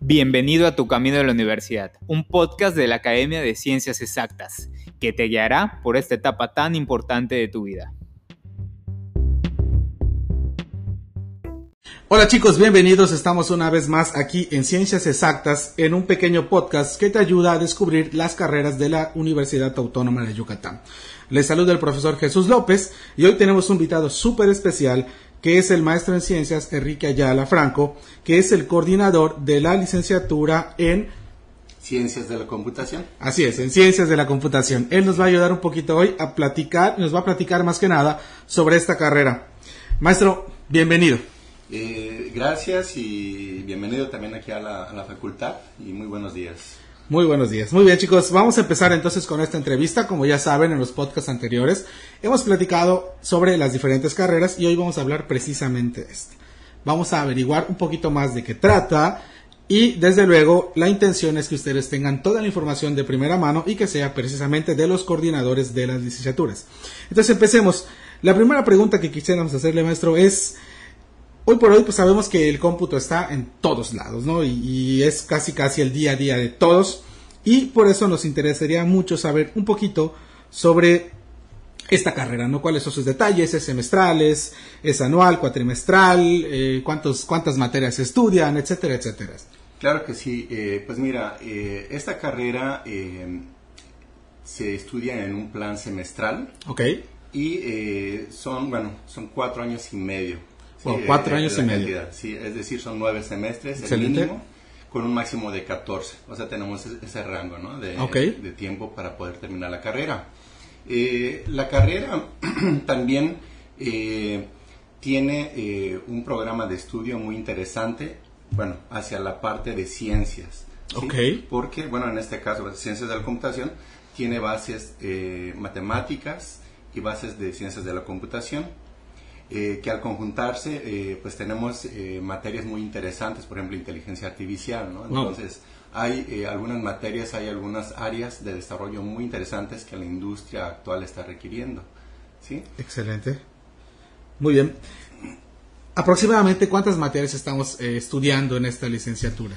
Bienvenido a Tu Camino de la Universidad, un podcast de la Academia de Ciencias Exactas, que te guiará por esta etapa tan importante de tu vida. Hola chicos, bienvenidos. Estamos una vez más aquí en Ciencias Exactas, en un pequeño podcast que te ayuda a descubrir las carreras de la Universidad Autónoma de Yucatán. Les saluda el profesor Jesús López y hoy tenemos un invitado súper especial que es el maestro en ciencias Enrique Ayala Franco, que es el coordinador de la licenciatura en Ciencias de la Computación. Así es, en Ciencias de la Computación. Él nos va a ayudar un poquito hoy a platicar, nos va a platicar más que nada sobre esta carrera. Maestro, bienvenido. Gracias y bienvenido también aquí a la facultad y muy buenos días. Muy buenos días. Muy bien, chicos, vamos a empezar entonces con esta entrevista. Como ya saben, en los podcasts anteriores hemos platicado sobre las diferentes carreras y hoy vamos a hablar precisamente de esta. Vamos a averiguar un poquito más de qué trata y, desde luego, la intención es que ustedes tengan toda la información de primera mano y que sea precisamente de los coordinadores de las licenciaturas. Entonces, empecemos. La primera pregunta que quisiéramos hacerle, maestro, es... Hoy por hoy pues sabemos que el cómputo está en todos lados, ¿no? Y es casi el día a día de todos. Y por eso nos interesaría mucho saber un poquito sobre esta carrera, ¿no? ¿Cuáles son sus detalles? ¿Es semestrales? ¿Es anual? ¿Cuatrimestral? ¿Cuántas materias se estudian? Etcétera, etcétera. Claro que sí. Pues mira, esta carrera se estudia en un plan semestral. Ok. Y son 4 años y medio. Sí, 4 años y medio. Sí, es decir, son 9 semestres, Excelente. el mínimo, con un máximo de 14. O sea, tenemos ese rango, ¿no? de tiempo para poder terminar la carrera. La carrera también tiene un programa de estudio muy interesante, hacia la parte de ciencias. ¿Sí? Okay. Porque, en este caso, Ciencias de la Computación tiene bases matemáticas y bases de Ciencias de la Computación. Que al conjuntarse, pues tenemos materias muy interesantes, por ejemplo, inteligencia artificial, ¿no? Entonces, hay algunas materias, hay algunas áreas de desarrollo muy interesantes que la industria actual está requiriendo, ¿sí? Excelente. Muy bien. ¿Aproximadamente cuántas materias estamos estudiando en esta licenciatura?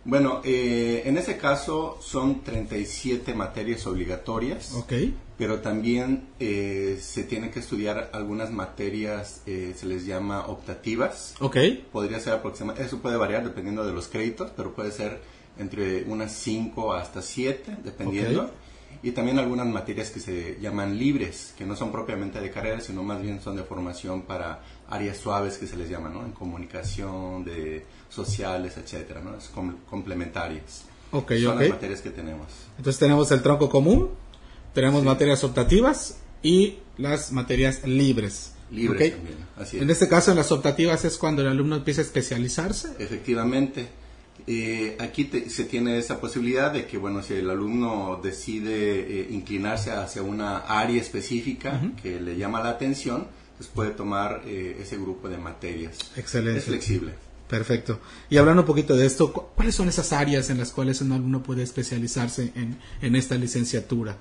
En ese caso son 37 materias obligatorias. Okay. Pero también se tienen que estudiar algunas materias, se les llama optativas. Okay. Podría ser aproximadamente, eso puede variar dependiendo de los créditos, pero puede ser entre unas 5 hasta 7, dependiendo. Okay. Y también algunas materias que se llaman libres, que no son propiamente de carrera, sino más bien son de formación para áreas suaves que se les llama, ¿no? En comunicación, de sociales, etcétera, ¿no? Es complementarias. Son las materias que tenemos. Entonces tenemos el tronco común. Tenemos materias optativas y las materias libres. Libres también, así es. En este caso, en las optativas es cuando el alumno empieza a especializarse. Efectivamente. Aquí se tiene esa posibilidad de que, si el alumno decide inclinarse hacia una área específica que le llama la atención, pues puede tomar ese grupo de materias. Excelente. Es flexible. Perfecto. Y hablando un poquito de esto, ¿cuáles son esas áreas en las cuales un alumno puede especializarse en esta licenciatura?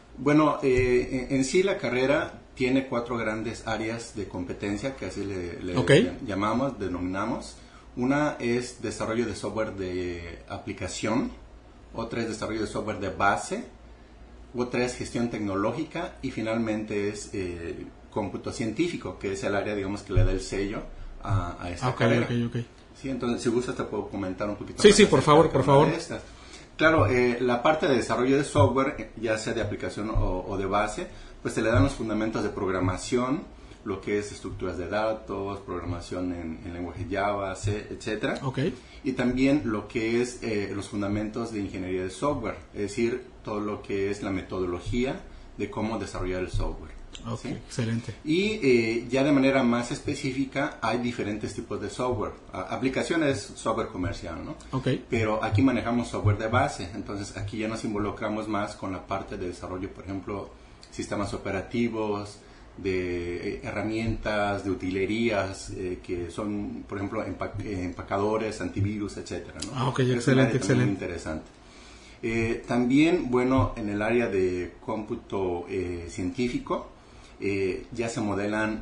En sí la carrera tiene 4 grandes áreas de competencia que así le denominamos. Una es desarrollo de software de aplicación, otra es desarrollo de software de base, otra es gestión tecnológica y finalmente es cómputo científico, que es el área, digamos, que le da el sello a esta carrera. Okay. Sí, entonces, si gustas te puedo comentar un poquito. Sí, por favor. Claro, la parte de desarrollo de software, ya sea de aplicación o de base, pues se le dan los fundamentos de programación, lo que es estructuras de datos, programación en lenguaje Java, C, etcétera. Okay. Y también lo que es los fundamentos de ingeniería de software, es decir, todo lo que es la metodología de cómo desarrollar el software. Okay, ¿sí? Excelente. Y ya de manera más específica hay diferentes tipos de software. Aplicación es software comercial, ¿no? Okay. Pero aquí manejamos software de base, entonces aquí ya nos involucramos más con la parte de desarrollo, por ejemplo, sistemas operativos, de herramientas, de utilerías, que son, por ejemplo, empacadores, antivirus, etcétera, ¿no? Excelente. Muy interesante. También, en el área de cómputo científico, ya se modelan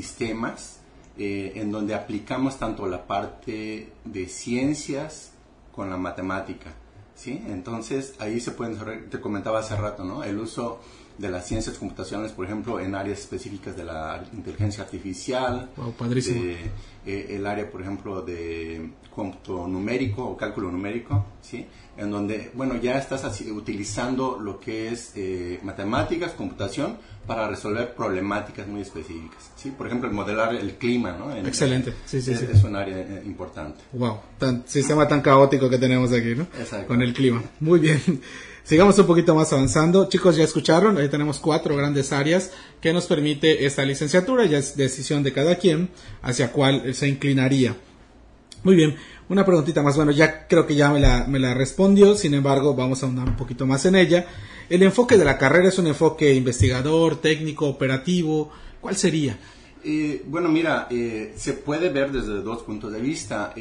sistemas en donde aplicamos tanto la parte de ciencias con la matemática, ¿sí? Entonces, ahí se pueden desarrollar, te comentaba hace rato, ¿no? El uso de las ciencias computacionales, por ejemplo, en áreas específicas de la inteligencia artificial. Wow, padrísimo. El área, por ejemplo, de cómputo numérico o cálculo numérico, ¿sí? En donde, bueno, ya estás utilizando lo que es matemáticas, computación, para resolver problemáticas muy específicas, ¿sí? Por ejemplo, el modelar el clima, ¿no? Excelente, sí. Es un área importante. Wow, sistema tan caótico que tenemos aquí, ¿no? Exacto. Con el clima. Muy bien. Sigamos un poquito más avanzando. Chicos, ya escucharon, ahí tenemos 4 grandes áreas que nos permite esta licenciatura. Ya es decisión de cada quien hacia cuál se inclinaría. Muy bien, una preguntita más. Bueno, ya creo que ya me la respondió, sin embargo, vamos a ahondar un poquito más en ella. El enfoque de la carrera es un enfoque investigador, técnico, operativo. ¿Cuál sería? Bueno, mira, se puede ver desde 2 puntos de vista.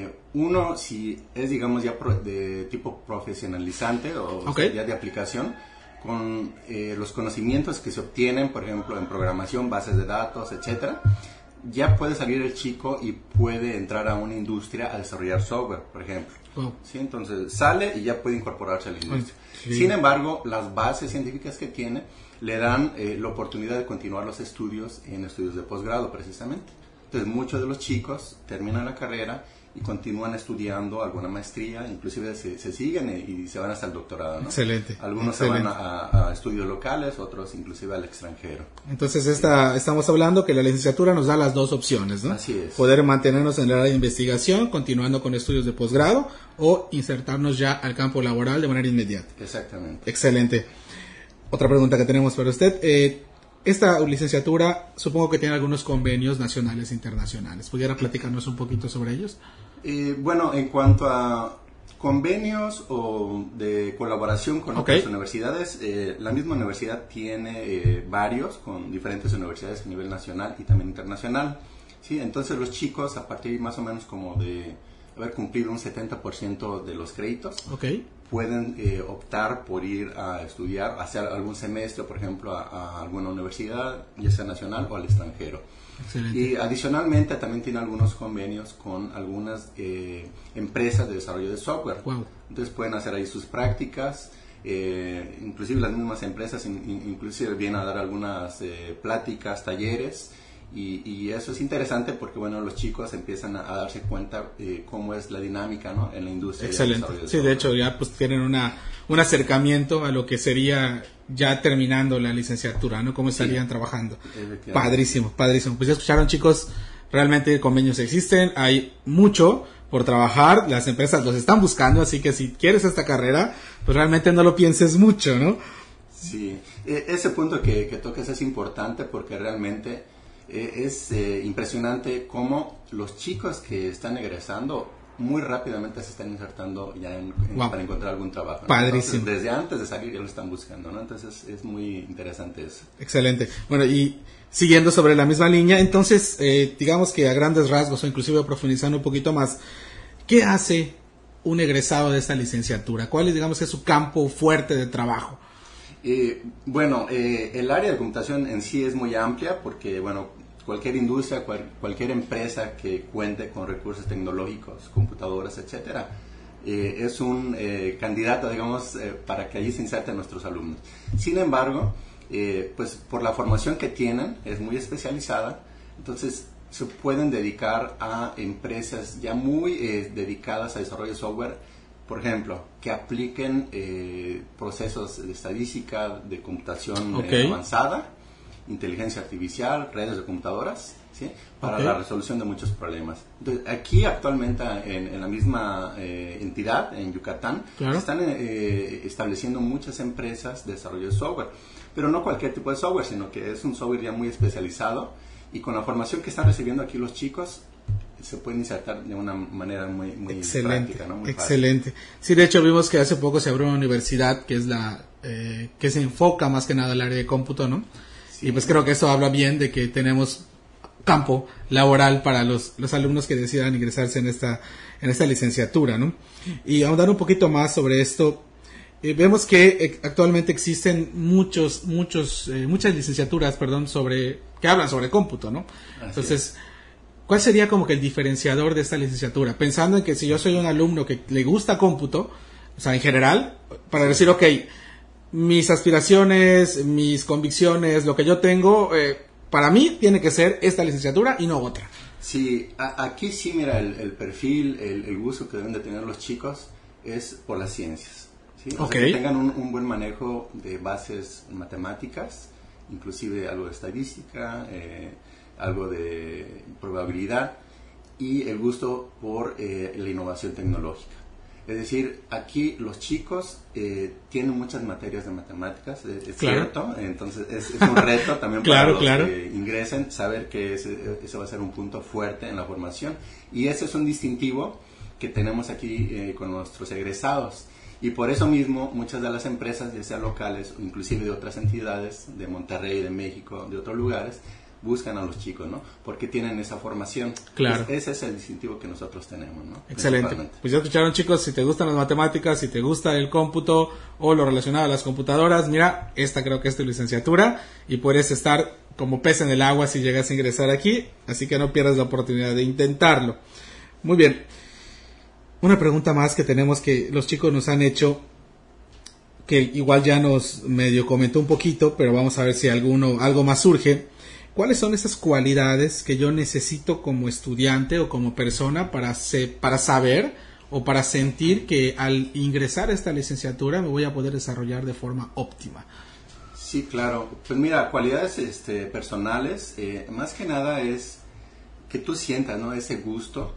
Uno, si es, digamos, ya de tipo profesionalizante o okay, ya de aplicación, con los conocimientos que se obtienen, por ejemplo, en programación, bases de datos, etcétera, ya puede salir el chico y puede entrar a una industria a desarrollar software, por ejemplo. Wow. ¿Sí? Entonces sale y ya puede incorporarse a la industria. Sí. Sin embargo, las bases científicas que tiene le dan la oportunidad de continuar los estudios en estudios de posgrado, precisamente. Entonces, muchos de los chicos terminan la carrera y continúan estudiando alguna maestría, inclusive se siguen y se van hasta el doctorado, ¿no? Excelente. Algunos excelente. se van a estudios locales, otros inclusive al extranjero. Entonces, estamos hablando que la licenciatura nos da las 2 opciones, ¿no? Así es. Poder mantenernos en el área de investigación, continuando con estudios de posgrado, o insertarnos ya al campo laboral de manera inmediata. Exactamente. Excelente. Otra pregunta que tenemos para usted. Esta licenciatura supongo que tiene algunos convenios nacionales e internacionales. ¿Pudiera platicarnos un poquito sobre ellos? Bueno, en cuanto a convenios o de colaboración con otras universidades, la misma universidad tiene varios con diferentes universidades a nivel nacional y también internacional, ¿sí? Entonces los chicos, a partir más o menos como de haber cumplido un 70% de los créditos, pueden optar por ir a estudiar, hacer algún semestre, por ejemplo, a alguna universidad, ya sea nacional o al extranjero. Excelente. Y adicionalmente también tiene algunos convenios con algunas empresas de desarrollo de software. Wow. Entonces pueden hacer ahí sus prácticas, inclusive las mismas empresas inclusive vienen a dar algunas pláticas, talleres. Y eso es interesante porque, bueno, los chicos empiezan a darse cuenta cómo es la dinámica, ¿no? En la industria. Excelente. Sí, de hecho ya pues tienen un acercamiento a lo que sería ya terminando la licenciatura, ¿no? Cómo estarían trabajando. Padrísimo, padrísimo. Pues ya escucharon, chicos, realmente convenios existen, hay mucho por trabajar, las empresas los están buscando, así que si quieres esta carrera, pues realmente no lo pienses mucho, ¿no? Sí, ese punto que tocas es importante porque realmente es impresionante cómo los chicos que están egresando muy rápidamente se están insertando ya para encontrar algún trabajo, ¿no? Padrísimo. Entonces, desde antes de salir ya lo están buscando, ¿no? Entonces es muy interesante eso. Excelente. Bueno, y siguiendo sobre la misma línea, entonces digamos que a grandes rasgos o inclusive profundizando un poquito más, ¿qué hace un egresado de esta licenciatura? ¿Cuál es, digamos, es su campo fuerte de trabajo? Bueno, el área de computación en sí es muy amplia porque, bueno, cualquier industria, cualquier empresa que cuente con recursos tecnológicos, computadoras, etcétera, es un candidato, digamos, para que allí se inserten nuestros alumnos. Sin embargo, pues por la formación que tienen, es muy especializada, entonces se pueden dedicar a empresas ya muy dedicadas a desarrollo de software, por ejemplo, que apliquen procesos de estadística, de computación avanzada, inteligencia artificial, redes de computadoras, ¿sí? Para la resolución de muchos problemas. Entonces, aquí actualmente en la misma entidad, en Yucatán, se están estableciendo muchas empresas de desarrollo de software, pero no cualquier tipo de software, sino que es un software ya muy especializado y con la formación que están recibiendo aquí los chicos, se pueden insertar de una manera muy práctica, ¿no? Muy excelente. Fácil. Sí, de hecho vimos que hace poco se abrió una universidad que es que se enfoca más que nada al área de cómputo, ¿no? Sí. Y pues creo que eso habla bien de que tenemos campo laboral para los alumnos que decidan ingresarse en esta licenciatura, ¿no? Y ahondar un poquito más sobre esto, vemos que actualmente existen muchas licenciaturas, que hablan sobre cómputo, ¿no? Entonces, ¿cuál sería como que el diferenciador de esta licenciatura? Pensando en que si yo soy un alumno que le gusta cómputo, o sea, en general, para decir, ok, mis aspiraciones, mis convicciones, lo que yo tengo, para mí tiene que ser esta licenciatura y no otra. Sí, aquí sí, mira, el perfil, el gusto que deben de tener los chicos es por las ciencias. ¿Sí? O sea, que tengan un buen manejo de bases matemáticas, inclusive algo de estadística, algo de probabilidad y el gusto por la innovación tecnológica. Es decir, aquí los chicos tienen muchas materias de matemáticas, es cierto, entonces es un reto también para los que ingresen, saber que ese va a ser un punto fuerte en la formación y ese es un distintivo que tenemos aquí con nuestros egresados. Y por eso mismo muchas de las empresas, ya sea locales o inclusive de otras entidades, de Monterrey, de México, de otros lugares, buscan a los chicos, ¿no? Porque tienen esa formación. Claro. Ese es el distintivo que nosotros tenemos, ¿no? Excelente. Pues ya escucharon, chicos, si te gustan las matemáticas, si te gusta el cómputo o lo relacionado a las computadoras, mira, esta creo que es tu licenciatura y puedes estar como pez en el agua si llegas a ingresar aquí, así que no pierdas la oportunidad de intentarlo. Muy bien. Una pregunta más que tenemos que los chicos nos han hecho, que igual ya nos medio comentó un poquito, pero vamos a ver si algo más surge. ¿Cuáles son esas cualidades que yo necesito como estudiante o como persona para saber o para sentir que al ingresar a esta licenciatura me voy a poder desarrollar de forma óptima? Sí, claro. Pues mira, cualidades personales, más que nada es que tú sientas, ¿no? Ese gusto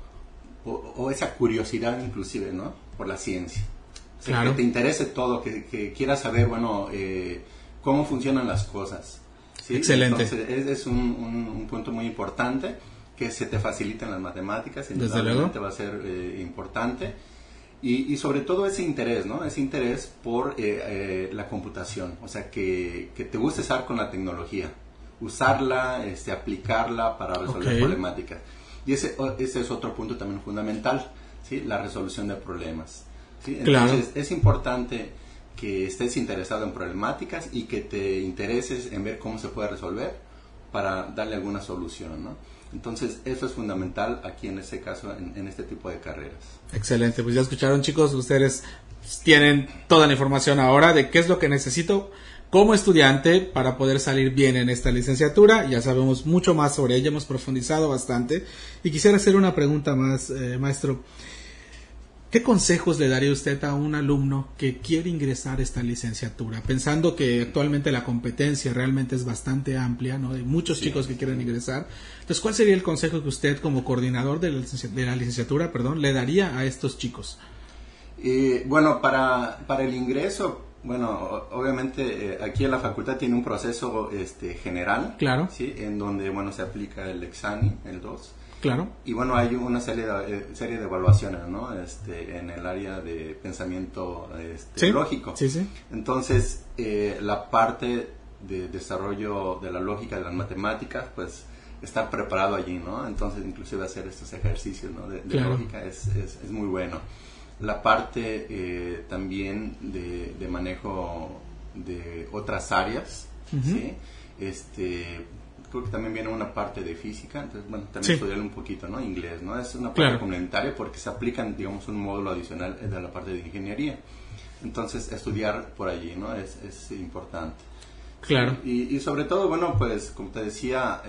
o esa curiosidad inclusive, ¿no? Por la ciencia. O sea, que te interese todo, que quieras saber, bueno, cómo funcionan las cosas. ¿Sí? Excelente. Entonces es un punto muy importante, que se te faciliten las matemáticas, desde luego va a ser importante y sobre todo ese interés, ¿no? Ese interés por la computación, o sea que te guste estar con la tecnología, usarla, aplicarla para resolver problemáticas. Y ese es otro punto también fundamental, ¿sí? La resolución de problemas, ¿sí? Entonces es importante que estés interesado en problemáticas y que te intereses en ver cómo se puede resolver para darle alguna solución, ¿no? Entonces, eso es fundamental aquí en este caso, en este tipo de carreras. Excelente, pues ya escucharon, chicos, ustedes tienen toda la información ahora de qué es lo que necesito como estudiante para poder salir bien en esta licenciatura. Ya sabemos mucho más sobre ella, hemos profundizado bastante y quisiera hacer una pregunta más, maestro. ¿Qué consejos le daría usted a un alumno que quiere ingresar a esta licenciatura? Pensando que actualmente la competencia realmente es bastante amplia, ¿no? Hay muchos chicos que quieren ingresar. Entonces, ¿cuál sería el consejo que usted como coordinador de la licenciatura, le daría a estos chicos? Bueno, para el ingreso, bueno, obviamente aquí en la facultad tiene un proceso general, claro, ¿sí? En donde, bueno, se aplica el examen, el 2. Claro. Y bueno, hay una serie de evaluaciones, ¿no? En el área de pensamiento ¿sí? lógico. Sí, sí. Entonces, la parte de desarrollo de la lógica, de las matemáticas, pues estar preparado allí, ¿no? Entonces, inclusive hacer estos ejercicios, ¿no? de lógica es muy bueno. La parte también de manejo de otras áreas, ¿sí? Creo que también viene una parte de física, entonces, bueno, también estudiar un poquito, ¿no? Inglés, ¿no? Es una parte complementaria porque se aplican, digamos, un módulo adicional de la parte de ingeniería. Entonces, estudiar por allí, ¿no? Es importante. Claro. Y sobre todo, bueno, pues, como te decía,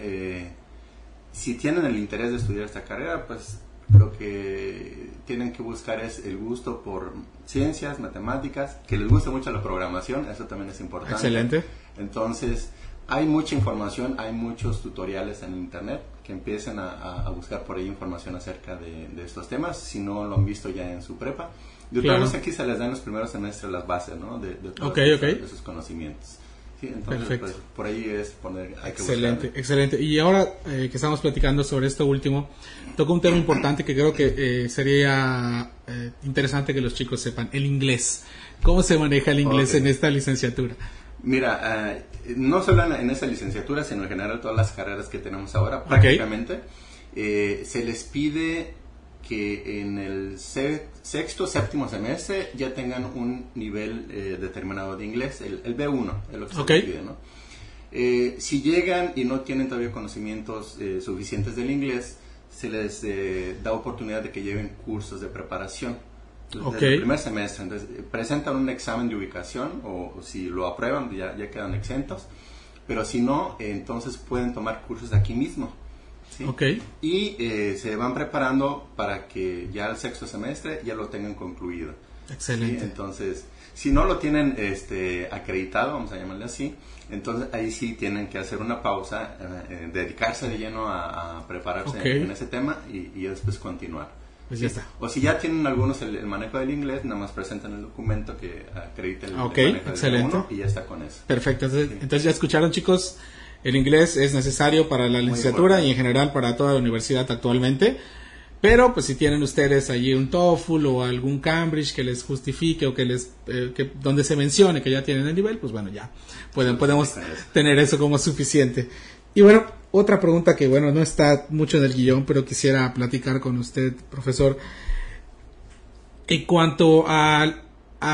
si tienen el interés de estudiar esta carrera, pues, lo que tienen que buscar es el gusto por ciencias, matemáticas, que les guste mucho la programación, eso también es importante. Excelente. Entonces, hay mucha información, hay muchos tutoriales en internet, que empiecen a buscar por ahí información acerca de estos temas, si no lo han visto ya en su prepa. De todos modos, aquí se les da en los primeros semestres las bases, ¿no? De todos esos conocimientos. Sí, entonces, pues, por ahí es poner... Hay que buscarle. Excelente. Y ahora que estamos platicando sobre esto último, toca un tema importante que creo que sería interesante que los chicos sepan, el inglés. ¿Cómo se maneja el inglés en esta licenciatura? Mira, no solo en esa licenciatura, sino en general todas las carreras que tenemos ahora, prácticamente, se les pide que en el sexto, séptimo semestre ya tengan un nivel determinado de inglés, el B1, es lo que se les pide, ¿no? Si llegan y no tienen todavía conocimientos suficientes del inglés, se les da oportunidad de que lleven cursos de preparación desde el primer semestre. Entonces, presentan un examen de ubicación o si lo aprueban ya quedan exentos, pero si no, entonces pueden tomar cursos aquí mismo, ¿sí? Y se van preparando para que ya el sexto semestre ya lo tengan concluido. Excelente. ¿Sí? Entonces, si no lo tienen acreditado, vamos a llamarle así, entonces ahí sí tienen que hacer una pausa, dedicarse de lleno a prepararse en ese tema y después continuar. Pues ya está. O si ya tienen algunos el manejo del inglés, nada más presentan el documento que acredite el manejo del excelente. y ya está con eso. Perfecto, entonces ya escucharon, chicos, el inglés es necesario para la licenciatura y en general para toda la universidad actualmente. Pero pues si tienen ustedes allí un TOEFL o algún Cambridge que les justifique o que donde se mencione que ya tienen el nivel, pues bueno, ya podemos tener eso como suficiente. Y bueno, otra pregunta que bueno, no está mucho en el guión, pero quisiera platicar con usted, profesor. En cuanto al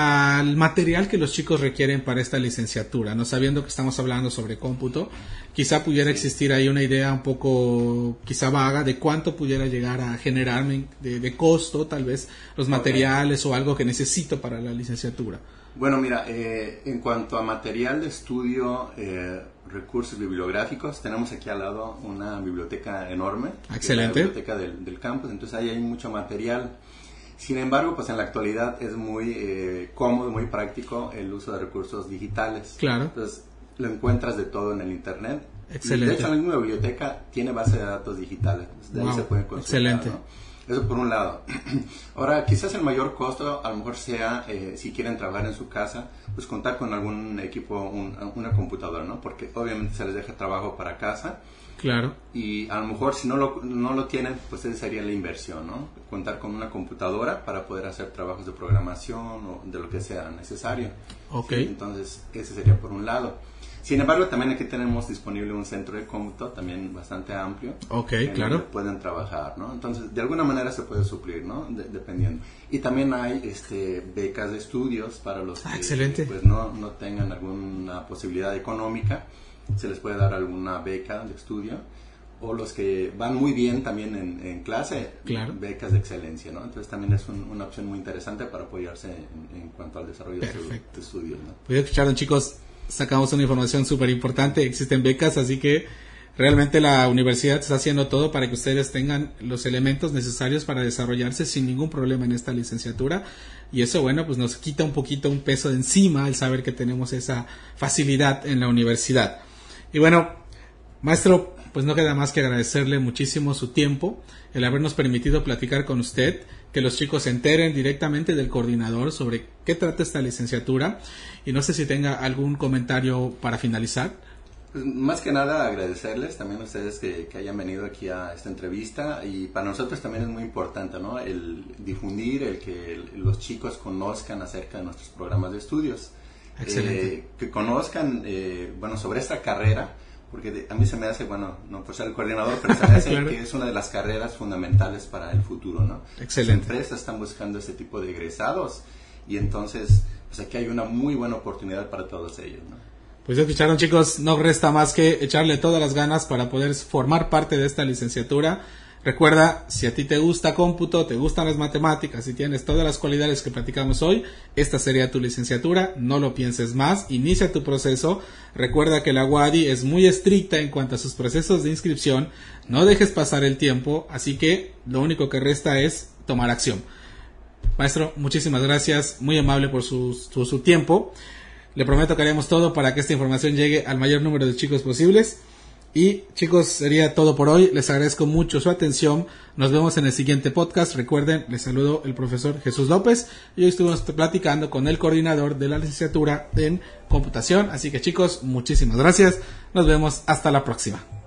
material que los chicos requieren para esta licenciatura, no sabiendo que estamos hablando sobre cómputo, quizá pudiera existir ahí una idea un poco quizá vaga de cuánto pudiera llegar a generarme de costo, tal vez los materiales o algo que necesito para la licenciatura. Bueno, mira, en cuanto a material de estudio, recursos bibliográficos, tenemos aquí al lado una biblioteca enorme. Excelente. La biblioteca del campus, entonces ahí hay mucho material. Sin embargo, pues en la actualidad es muy cómodo, muy práctico el uso de recursos digitales. Claro. Entonces, lo encuentras de todo en el internet. Excelente. De hecho, la misma biblioteca tiene base de datos digitales. De ahí se pueden consultar. Excelente. ¿No? Eso por un lado. Ahora, quizás el mayor costo a lo mejor sea, si quieren trabajar en su casa, pues contar con algún equipo, una computadora, ¿no? Porque obviamente se les deja trabajo para casa. Claro. Y a lo mejor si no lo tienen, pues esa sería la inversión, ¿no? Contar con una computadora para poder hacer trabajos de programación o de lo que sea necesario. Ok. ¿Sí? Entonces, ese sería por un lado. Sin embargo, también aquí tenemos disponible un centro de cómputo también bastante amplio. Ok, en claro. donde pueden trabajar, ¿no? Entonces, de alguna manera se puede suplir, ¿no? Dependiendo. Y también hay becas de estudios para los que excelente. Pues, no tengan alguna posibilidad económica. Se les puede dar alguna beca de estudio. O los que van muy bien también en clase, claro. Becas de excelencia, ¿no? Entonces también es una opción muy interesante para apoyarse en cuanto al desarrollo de estudios, ¿no? Pues escucharon, chicos, sacamos una información súper importante, existen becas, así que realmente la universidad está haciendo todo para que ustedes tengan los elementos necesarios para desarrollarse sin ningún problema en esta licenciatura, y eso, bueno, pues nos quita un poquito un peso de encima el saber que tenemos esa facilidad en la universidad. Y bueno, maestro, pues no queda más que agradecerle muchísimo su tiempo, el habernos permitido platicar con usted, que los chicos se enteren directamente del coordinador sobre qué trata esta licenciatura, y no sé si tenga algún comentario para finalizar. Pues más que nada agradecerles también a ustedes que hayan venido aquí a esta entrevista, y para nosotros también es muy importante, ¿no? El difundir, el que los chicos conozcan acerca de nuestros programas de estudios. Excelente. Que conozcan, bueno, sobre esta carrera, porque a mí se me hace, bueno, no por ser el coordinador, pero se me hace claro. Que es una de las carreras fundamentales para el futuro, ¿no? Excelente. Las empresas están buscando este tipo de egresados, y entonces, pues aquí hay una muy buena oportunidad para todos ellos, ¿no? Pues escucharon, chicos, no resta más que echarle todas las ganas para poder formar parte de esta licenciatura. Recuerda, si a ti te gusta cómputo, te gustan las matemáticas, si tienes todas las cualidades que platicamos hoy, esta sería tu licenciatura, no lo pienses más, inicia tu proceso. Recuerda que la UADY es muy estricta en cuanto a sus procesos de inscripción, no dejes pasar el tiempo, así que lo único que resta es tomar acción. Maestro, muchísimas gracias, muy amable por su tiempo. Le prometo que haremos todo para que esta información llegue al mayor número de chicos posibles. Y chicos, sería todo por hoy. Les agradezco mucho su atención. Nos vemos en el siguiente podcast. Recuerden, les saludo el profesor Jesús López. Y hoy estuvimos platicando con el coordinador de la licenciatura en computación. Así que chicos, muchísimas gracias. Nos vemos hasta la próxima.